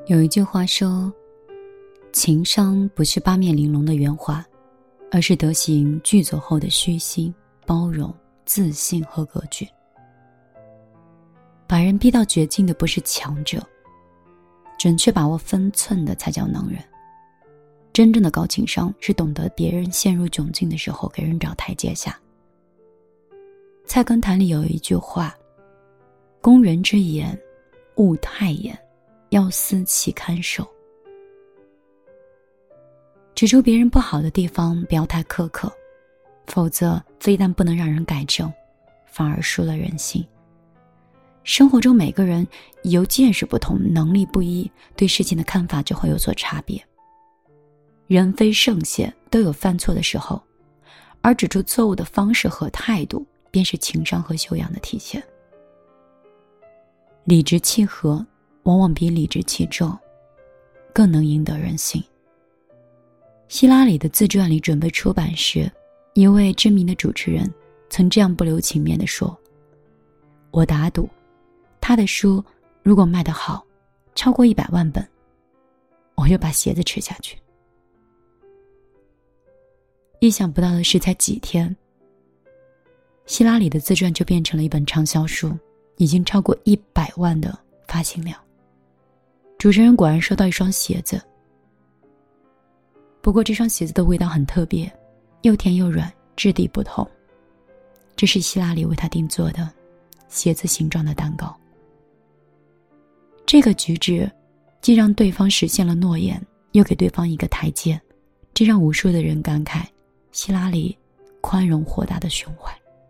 有一句话说，情商不是八面玲珑的圆滑，而是德行具足后的虚心、包容、自信和格局。把人逼到绝境的不是强者，准确把握分寸的才叫能人。真正的高情商是懂得别人陷入窘境的时候给人找台阶下。菜根谭里有一句话，攻人之言勿太严，要思其看守。指出别人不好的地方不要太苛刻，否则非但不能让人改正，反而输了人心。生活中每个人由见识不同，能力不一，对事情的看法就会有所差别。人非圣贤，都有犯错的时候，而指出错误的方式和态度便是情商和修养的体现。理直气和往往比理直气壮更能赢得人心。希拉里的自传里准备出版时，一位知名的主持人曾这样不留情面地说，我打赌他的书如果卖得好，超过100万本，我就把鞋子吃下去。意想不到的是，才几天，希拉里的自传就变成了一本畅销书，已经超过100万的发行量。主持人果然收到一双鞋子，不过这双鞋子的味道很特别，又甜又软，质地不同。这是希拉里为他定做的鞋子形状的蛋糕。这个举止既让对方实现了诺言，又给对方一个台阶，这让无数的人感慨希拉里宽容豁达的胸怀。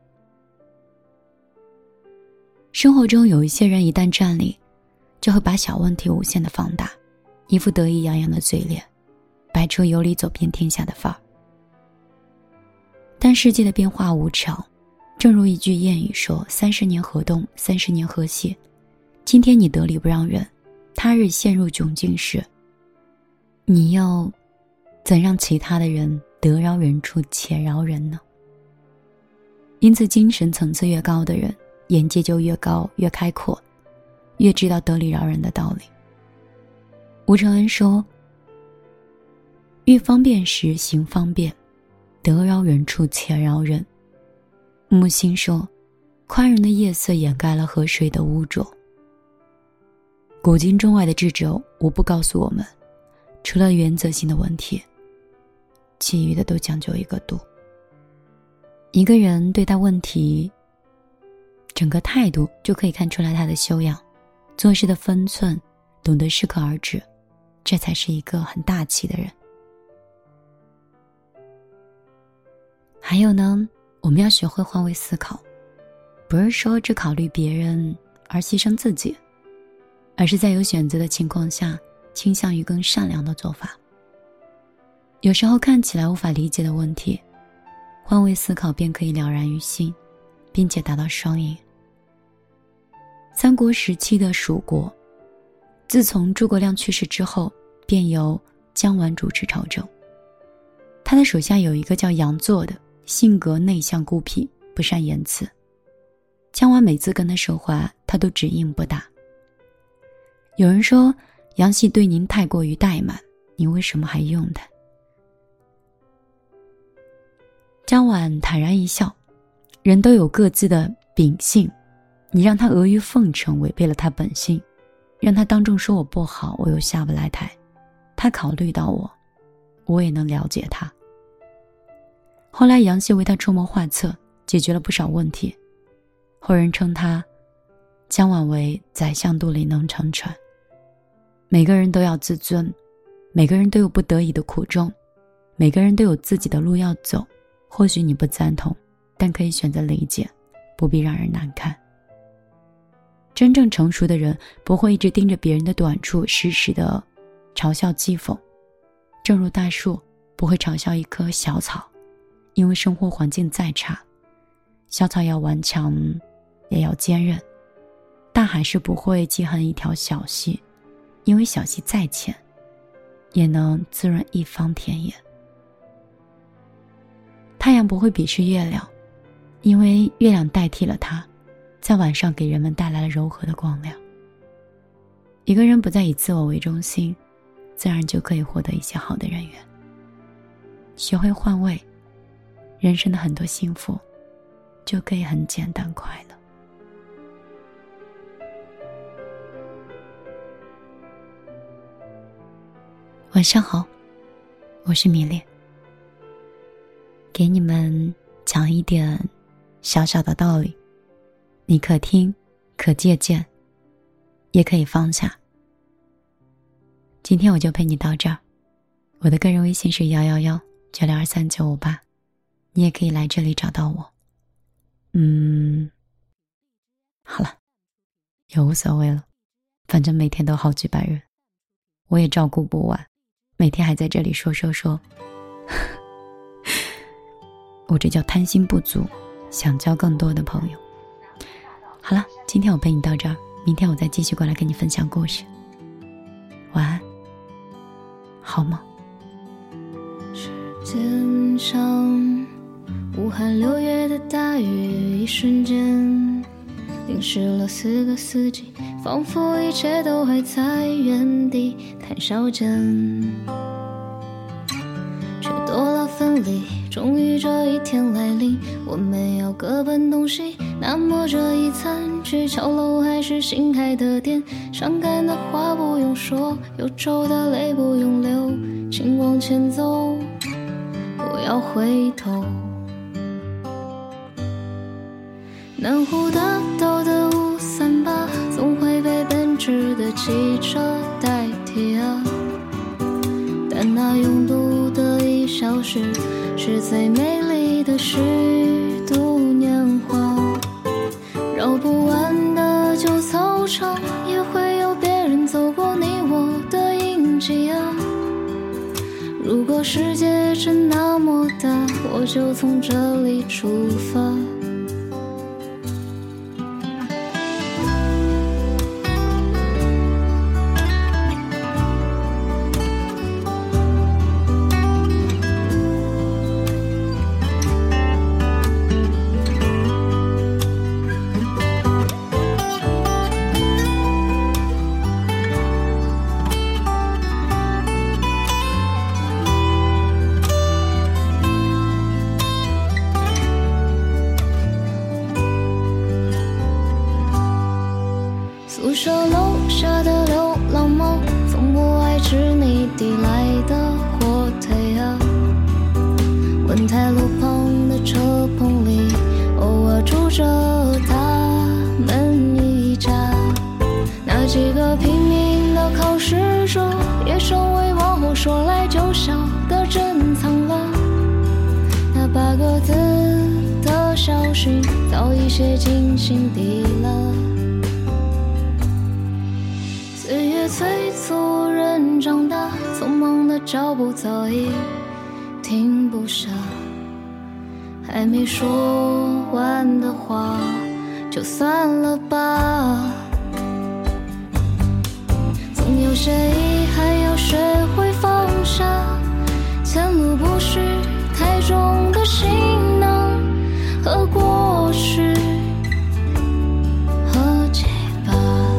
生活中有一些人一旦站立，就会把小问题无限的放大，一副得意洋洋的嘴脸，摆出有理走遍天下的范儿。但世界的变化无常，正如一句谚语说，30年河东，30年河西。今天你得理不让人，他日陷入窘境时，你要怎让其他的人得饶人处且饶人呢？因此精神层次越高的人，眼界就越高越开阔，越知道得理饶人的道理。吴承恩说，欲方便时行方便，得饶人处且饶人。木心说，宽容的夜色掩盖了河水的污浊。古今中外的智者无不告诉我们，除了原则性的问题，其余的都讲究一个度。一个人对待问题整个态度就可以看出来他的修养，做事的分寸，懂得适可而止，这才是一个很大气的人。还有呢，我们要学会换位思考，不是说只考虑别人而牺牲自己，而是在有选择的情况下，倾向于更善良的做法。有时候看起来无法理解的问题，换位思考便可以了然于心，并且达到双赢。三国时期的蜀国，自从诸葛亮去世之后，便由姜琬主持朝政。他的手下有一个叫杨作的，性格内向孤僻，不善言辞。姜琬每次跟他说话，他都只应不答。有人说，杨系对您太过于怠慢，您为什么还用他？姜琬坦然一笑，人都有各自的秉性，你让他阿谀奉承，违背了他本性，让他当众说我不好，我又下不来台。他考虑到我，我也能了解他。后来杨系为他出谋划策，解决了不少问题，后人称他姜琬为宰相肚里能撑船。每个人都要自尊，每个人都有不得已的苦衷，每个人都有自己的路要走。或许你不赞同，但可以选择理解，不必让人难堪。真正成熟的人不会一直盯着别人的短处，时时的嘲笑讥讽。正如大树不会嘲笑一棵小草，因为生活环境再差，小草要顽强也要坚韧。大海是不会记恨一条小溪，因为小溪再浅也能滋润一方田野。太阳不会鄙视月亮，因为月亮代替了它，在晚上给人们带来了柔和的光亮。 一个人不再以自我为中心，自然就可以获得一些好的人缘。学会换位，人生的很多幸福就可以很简单快乐。晚上好，我是米粒，给你们讲一点小小的道理，你可听可借鉴，也可以放下。今天我就陪你到这儿，我的个人微信是11196239588，你也可以来这里找到我。好了，也无所谓了，反正每天都好几百人，我也照顾不完，每天还在这里说我这叫贪心不足，想交更多的朋友。好了，今天我陪你到这儿，明天我再继续过来跟你分享故事。晚安，好吗？ 时间上武汉6月的大雨，一瞬间淋湿了4个四季，仿佛一切都还在原地谈笑间，却多了分离。终于这一天来临，我们要各奔东西，那么这一餐去桥楼还是新开的店，伤感的话不用说，忧愁的泪不用流，请往前走，不要回头。南湖大道的538总会被奔驰的汽车代替啊，但那拥堵的1小时是最美丽的虚度年华。绕不完的旧操场，也会有别人走过你我的印记啊。如果世界真那么大，我就从这里出发。宿舍楼下的流浪猫，从不爱吃你递来的火腿啊。文泰路旁的车棚里，偶尔住着他们一家。那几个拼命的考试者，也成为往后说来就笑的珍藏了。那8个字的小讯，早已写进心底了。岁月催促人长大，匆忙的脚步早已停不下，还没说完的话就算了吧。总有些遗憾要学会放下，前路不需太重的行囊和过去和结疤。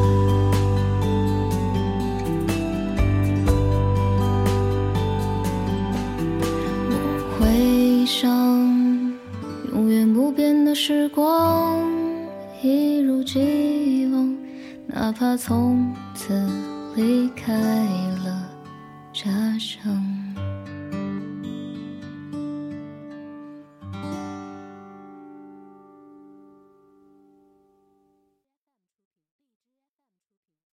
回想永远不变的时光，一如既往，哪怕从此离开了家乡。